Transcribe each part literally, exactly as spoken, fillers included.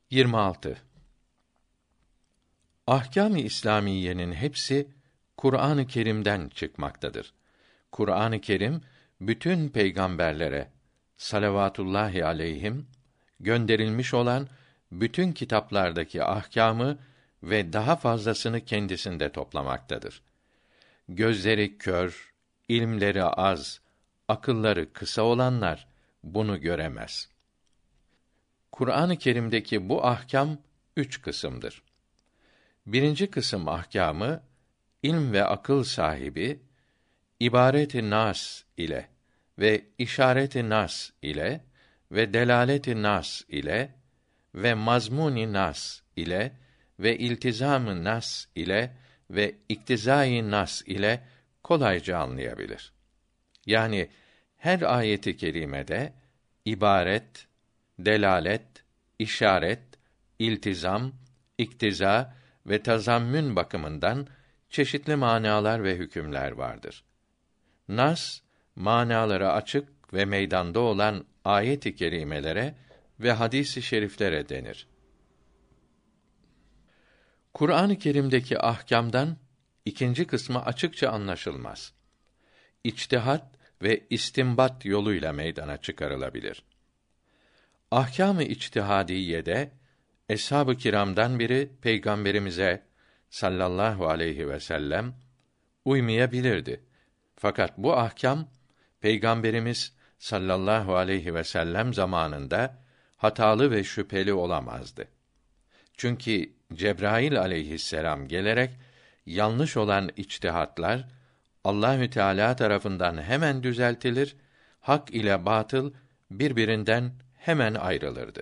yirmi altı. Ahkâm-ı İslâmiyye'nin hepsi Kur'an-ı Kerim'den çıkmaktadır. Kur'an-ı Kerim bütün peygamberlere salavatullahi aleyhim gönderilmiş olan bütün kitaplardaki ahkâmı ve daha fazlasını kendisinde toplamaktadır. Gözleri kör, ilmleri az, akılları kısa olanlar bunu göremez. Kur'an-ı Kerim'deki bu ahkâm üç kısımdır. Birinci kısım ahkâmı ilm ve akıl sahibi ibaret-i nas ile ve işaret-i nas ile ve delalet-i nas ile ve mazmun-i nas ile ve iltizam-ı nas ile ve iktizai nas ile kolayca anlayabilir. Yani her ayeti kerimede ibaret, delalet, işaret, iltizam, iktiza ve tazammün bakımından çeşitli manalar ve hükümler vardır. Nas, manaları açık ve meydanda olan ayet-i kerimelere ve hadis-i şeriflere denir. Kur'an-ı Kerim'deki ahkâmdan ikinci kısmı açıkça anlaşılmaz. İçtihat ve istinbat yoluyla meydana çıkarılabilir. Ahkâm-ı içtihadiyede eshab-ı kiramdan biri peygamberimize sallallahu aleyhi ve sellem uymayabilirdi. Fakat bu ahkâm peygamberimiz sallallahu aleyhi ve sellem zamanında hatalı ve şüpheli olamazdı. Çünkü Cebrail aleyhisselam gelerek yanlış olan içtihatlar Allahü Teala tarafından hemen düzeltilir, hak ile batıl birbirinden hemen ayrılırdı.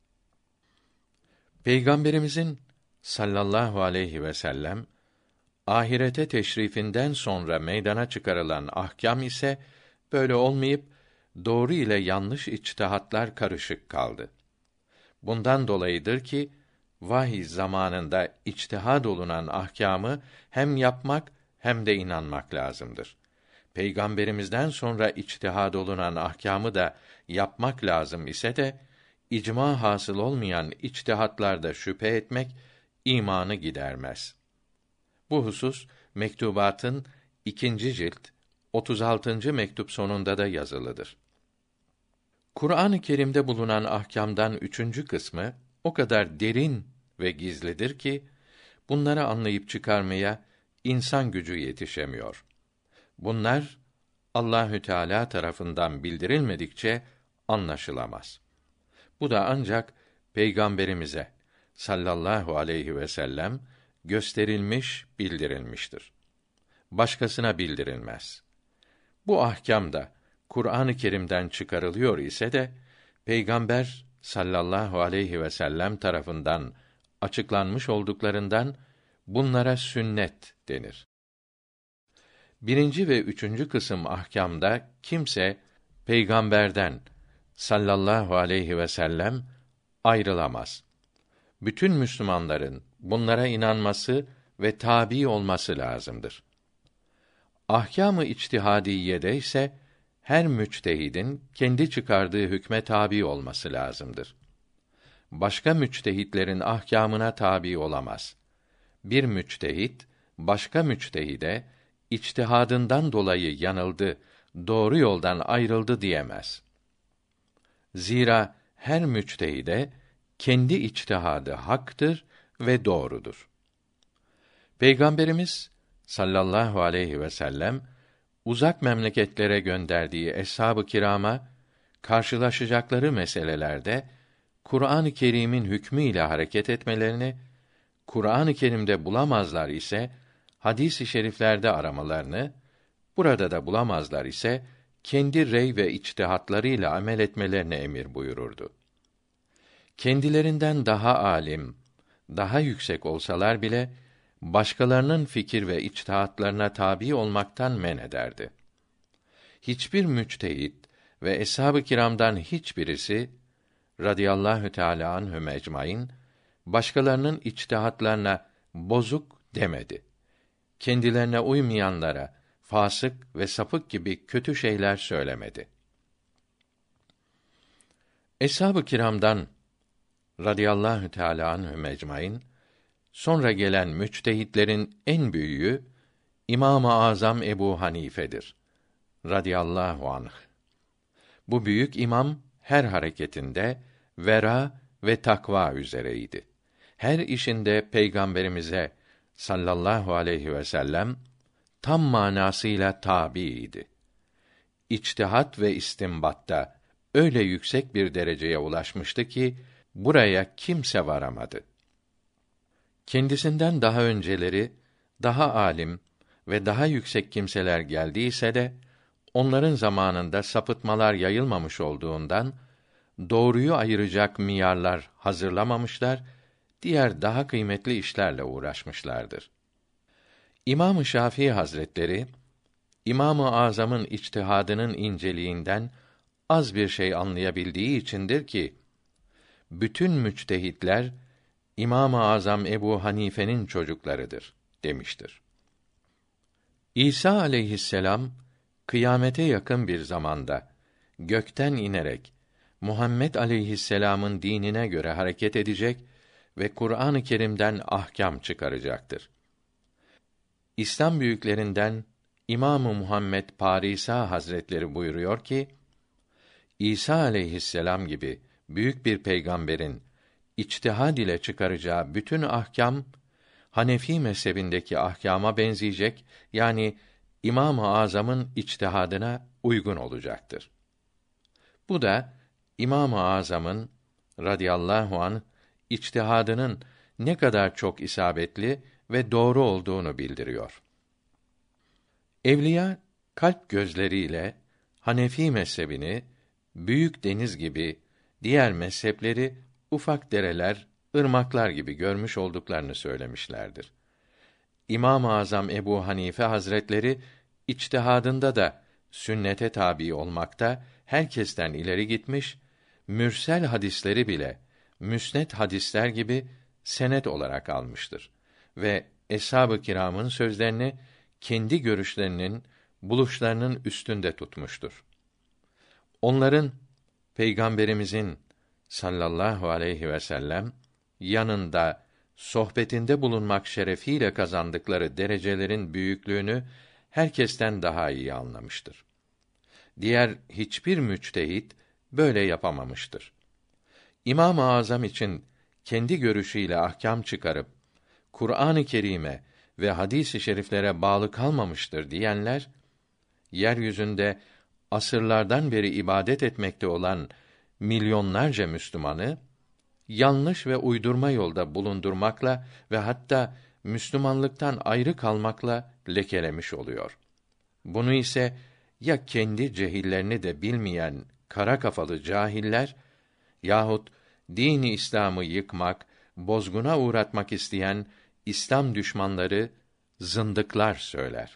Peygamberimizin sallallahu aleyhi ve sellem ahirete teşrifinden sonra meydana çıkarılan ahkâm ise böyle olmayıp doğru ile yanlış içtihatlar karışık kaldı. Bundan dolayıdır ki vahiy zamanında içtihad olunan ahkâmı hem yapmak hem de inanmak lazımdır. Peygamberimizden sonra içtihad olunan ahkâmı da yapmak lazım ise de icma hasıl olmayan içtihatlarda şüphe etmek imanı gidermez. Bu husus mektubatın ikinci cilt otuz altıncı mektup sonunda da yazılıdır. Kur'an-ı Kerim'de bulunan ahkâmdan üçüncü kısmı o kadar derin ve gizlidir ki bunları anlayıp çıkarmaya insan gücü yetişemiyor. Bunlar Allahü Teala tarafından bildirilmedikçe anlaşılamaz. Bu da ancak peygamberimize sallallahu aleyhi ve sellem gösterilmiş, bildirilmiştir. Başkasına bildirilmez. Bu ahkâm da Kur'an-ı Kerim'den çıkarılıyor ise de peygamber sallallahu aleyhi ve sellem tarafından açıklanmış olduklarından bunlara sünnet denir. Birinci ve üçüncü kısım ahkâmda kimse peygamberden sallallahu aleyhi ve sellem ayrılamaz. Bütün Müslümanların bunlara inanması ve tabi olması lazımdır. Ahkâm-ı içtihadiyede ise her müçtehidin kendi çıkardığı hükme tabi olması lazımdır. Başka müçtehitlerin ahkâmına tabi olamaz. Bir müçtehit başka müçtehide içtihadından dolayı yanıldı, doğru yoldan ayrıldı diyemez. Zira her müçtehide kendi içtihadı haktır ve doğrudur. Peygamberimiz sallallahu aleyhi ve sellem uzak memleketlere gönderdiği eshab-ı kirama karşılaşacakları meselelerde Kur'an-ı Kerim'in hükmü ile hareket etmelerini, Kur'an-ı Kerim'de bulamazlar ise hadis-i şeriflerde aramalarını, burada da bulamazlar ise kendi rey ve içtihatlarıyla amel etmelerini emir buyururdu. Kendilerinden daha alim, daha yüksek olsalar bile başkalarının fikir ve içtihatlarına tabi olmaktan men ederdi. Hiçbir müçtehit ve eshab-ı kiramdan hiçbirisi radıyallahu teâlâ anhum ecmaîn başkalarının içtihatlarına bozuk demedi. Kendilerine uymayanlara fasık ve sapık gibi kötü şeyler söylemedi. Eshab-ı kiramdan radıyallahu teâlâ anhum ecmaîn, sonra gelen müçtehitlerin en büyüğü İmam-ı Azam Ebu Hanife'dir radıyallahu anh. Bu büyük imam her hareketinde vera ve takva üzereydi. Her işinde Peygamberimize sallallahu aleyhi ve sellem tam manasıyla tabiiydi. İçtihat ve istinbatta öyle yüksek bir dereceye ulaşmıştı ki buraya kimse varamadı. Kendisinden daha önceleri daha alim ve daha yüksek kimseler geldiyse de onların zamanında sapıtmalar yayılmamış olduğundan doğruyu ayıracak miyarlar hazırlamamışlar, diğer daha kıymetli işlerle uğraşmışlardır. İmam-ı Şafii Hazretleri İmam-ı Azam'ın içtihadının inceliğinden az bir şey anlayabildiği içindir ki bütün müçtehitler İmam-ı Azam Ebu Hanife'nin çocuklarıdır demiştir. İsa aleyhisselam kıyamete yakın bir zamanda gökten inerek Muhammed aleyhisselam'ın dinine göre hareket edecek ve Kur'an-ı Kerim'den ahkâm çıkaracaktır. İslam büyüklerinden İmam-ı Muhammed Parisa Hazretleri buyuruyor ki, İsa aleyhisselam gibi büyük bir peygamberin içtihad ile çıkaracağı bütün ahkâm Hanefi mezhebindeki ahkâma benzeyecek, yani İmam-ı Azam'ın içtihadına uygun olacaktır. Bu da İmam-ı Azam'ın radıyallahu anh içtihadının ne kadar çok isabetli ve doğru olduğunu bildiriyor. Evliya kalp gözleriyle Hanefi mezhebini büyük deniz gibi, diğer mezhepleri ufak dereler, ırmaklar gibi görmüş olduklarını söylemişlerdir. İmam-ı Azam Ebu Hanife Hazretleri içtihadında da sünnete tabi olmakta herkesten ileri gitmiş, mürsel hadisleri bile müsned hadisler gibi senet olarak almıştır ve eshab-ı kiramın sözlerini kendi görüşlerinin, buluşlarının üstünde tutmuştur. Onların Peygamberimizin sallallahu aleyhi ve sellem yanında sohbetinde bulunmak şerefiyle kazandıkları derecelerin büyüklüğünü herkesten daha iyi anlamıştır. Diğer hiçbir müçtehit böyle yapamamıştır. İmam-ı Azam için kendi görüşüyle ahkâm çıkarıp Kur'an-ı Kerim'e ve hadis-i şeriflere bağlı kalmamıştır diyenler, yeryüzünde asırlardan beri ibadet etmekte olan milyonlarca Müslümanı yanlış ve uydurma yolda bulundurmakla ve hatta Müslümanlıktan ayrı kalmakla lekelemiş oluyor. Bunu ise ya kendi cehillerini de bilmeyen kara kafalı cahiller yahut dini İslam'ı yıkmak, bozguna uğratmak isteyen İslam düşmanları, zındıklar söyler.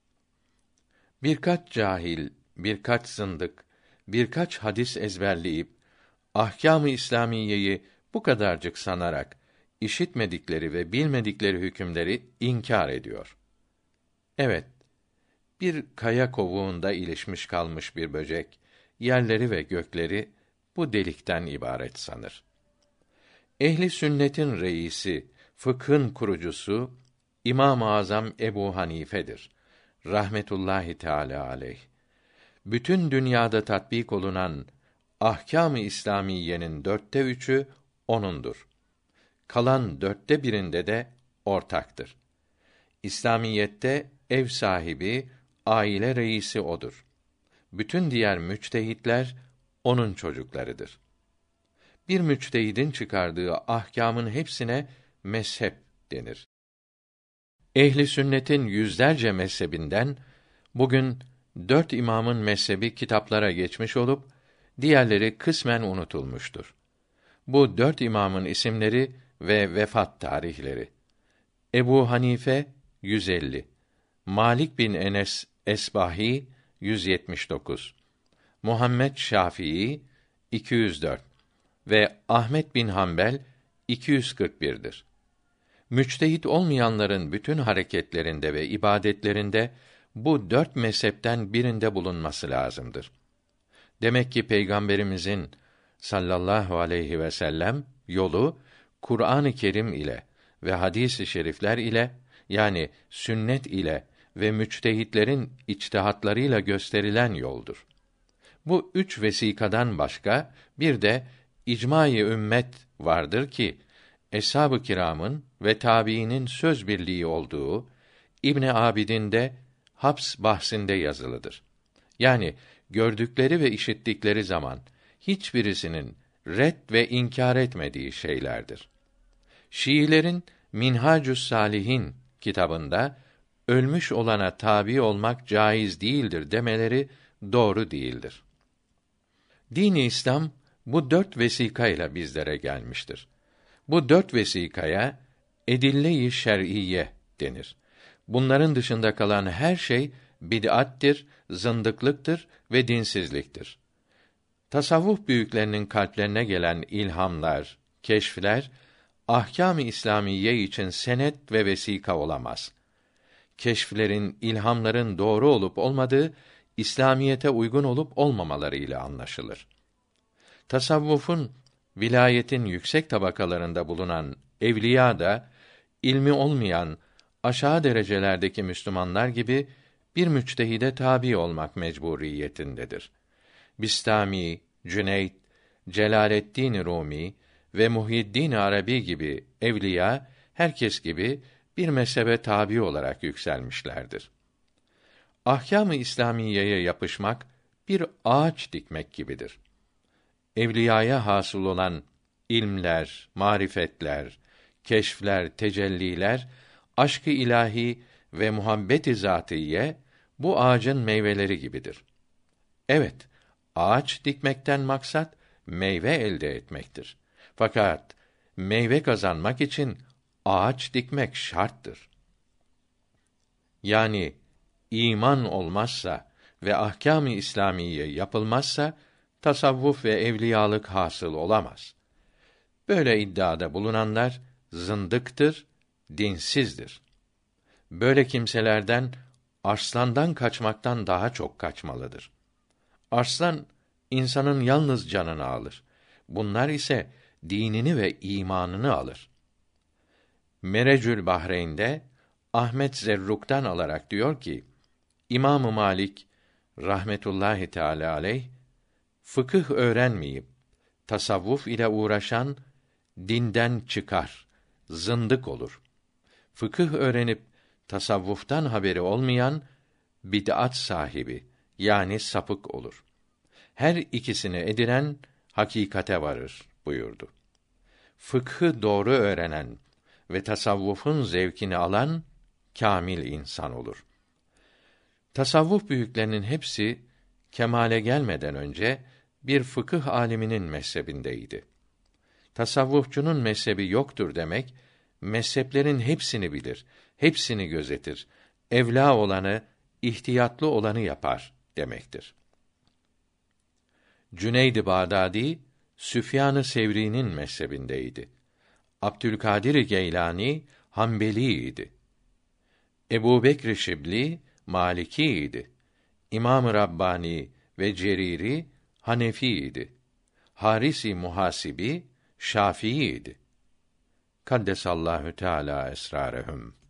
Birkaç cahil, birkaç zındık, birkaç hadis ezberleyip ahkâm-ı İslamiyeyi bu kadarcık sanarak işitmedikleri ve bilmedikleri hükümleri inkar ediyor. Evet, bir kaya kovuğunda ilişmiş kalmış bir böcek, yerleri ve gökleri bu delikten ibaret sanır. Ehli sünnetin reisi, fıkhın kurucusu İmam-ı Azam Ebu Hanife'dir rahmetullahi teâlâ aleyh. Bütün dünyada tatbik olunan ahkâm-ı İslamiyenin dörtte üçü o'nundur. Kalan dörtte birinde de ortaktır. İslamiyette ev sahibi, aile reisi odur. Bütün diğer müçtehitler onun çocuklarıdır. Bir müçtehidin çıkardığı ahkâmın hepsine mezhep denir. Ehli sünnetin yüzlerce mezhebinden bugün dört imamın mezhebi kitaplara geçmiş olup diğerleri kısmen unutulmuştur. Bu dört imamın isimleri ve vefat tarihleri: Ebu Hanife yüz elli, Malik bin Enes Esbahi yüz yetmiş dokuz, Muhammed Şafii iki yüz dört ve Ahmet bin Hanbel iki yüz kırk bir'dir. Müçtehit olmayanların bütün hareketlerinde ve ibadetlerinde bu dört mezhepten birinde bulunması lazımdır. Demek ki Peygamberimizin sallallahu aleyhi ve sellem yolu Kur'an-ı Kerim ile ve hadis-i şerifler ile, yani sünnet ile ve müçtehitlerin içtihatlarıyla gösterilen yoldur. Bu üç vesikadan başka bir de icma-i ümmet vardır ki eshab-ı kiramın ve tabiinin söz birliği olduğu İbn Abidin de Habs bahsinde yazılıdır. Yani gördükleri ve işittikleri zaman hiçbirisinin red ve inkar etmediği şeylerdir. Şiilerin Minhacus Salihin kitabında ölmüş olana tabi olmak caiz değildir demeleri doğru değildir. Din-i İslam bu dört vesikayla bizlere gelmiştir. Bu dört vesikaya edille-i şer'iyye denir. Bunların dışında kalan her şey bid'attir, zındıklıktır ve dinsizliktir. Tasavvuf büyüklerinin kalplerine gelen ilhamlar, keşfler, ahkâm-ı İslamiye için senet ve vesika olamaz. Keşflerin, ilhamların doğru olup olmadığı, İslamiyete uygun olup olmamaları ile anlaşılır. Tasavvufun, vilayetin yüksek tabakalarında bulunan evliya da, ilmi olmayan, aşağı derecelerdeki Müslümanlar gibi, bir müçtehide tabi olmak mecburiyetindedir. Bistami, Cüneyd, Celaleddin Rumi ve Muhyiddin Arabi gibi evliya, herkes gibi bir mezhebe tabi olarak yükselmişlerdir. Ahkâm-ı İslamiyeye yapışmak, bir ağaç dikmek gibidir. Evliyaya hasıl olan ilmler, marifetler, keşfler, tecelliler, aşk-ı ilahi ve muhabbet-i zâtiye, bu ağacın meyveleri gibidir. Evet, ağaç dikmekten maksat, meyve elde etmektir. Fakat, meyve kazanmak için, ağaç dikmek şarttır. Yani, iman olmazsa ve ahkâm-ı İslamiye yapılmazsa, tasavvuf ve evliyalık hasıl olamaz. Böyle iddiada bulunanlar, zındıktır, dinsizdir. Böyle kimselerden, arslandan kaçmaktan daha çok kaçmalıdır. Arslan, insanın yalnız canını alır. Bunlar ise, dinini ve imanını alır. Merecül Bahreyn'de, Ahmet Zerruk'tan alarak diyor ki, İmam-ı Malik, rahmetullahi teâlâ aleyh, fıkıh öğrenmeyip, tasavvuf ile uğraşan, dinden çıkar, zındık olur. Fıkıh öğrenip, tasavvuftan haberi olmayan, bid'at sahibi, yani sapık olur. Her ikisini edinen, hakikate varır buyurdu. Fıkhı doğru öğrenen ve tasavvufun zevkini alan, kâmil insan olur. Tasavvuf büyüklerinin hepsi, kemale gelmeden önce, bir fıkıh âliminin mezhebindeydi. Tasavvufçunun mezhebi yoktur demek, mezheplerin hepsini bilir, hepsini gözetir, evlâ olanı, ihtiyatlı olanı yapar demektir. Cüneyd-i Bağdadi, Süfyan-ı Sevri'nin mezhebindeydi. Abdülkadir Geylani, Hanbelîydi. Ebu Bekr Şibli, Malikîydi. İmam-ı Rabbani ve Ceriri, Hanefîydi. Haris-i Muhasibi, Şafiîydi. Kaddesallahu Teâlâ esrarehum.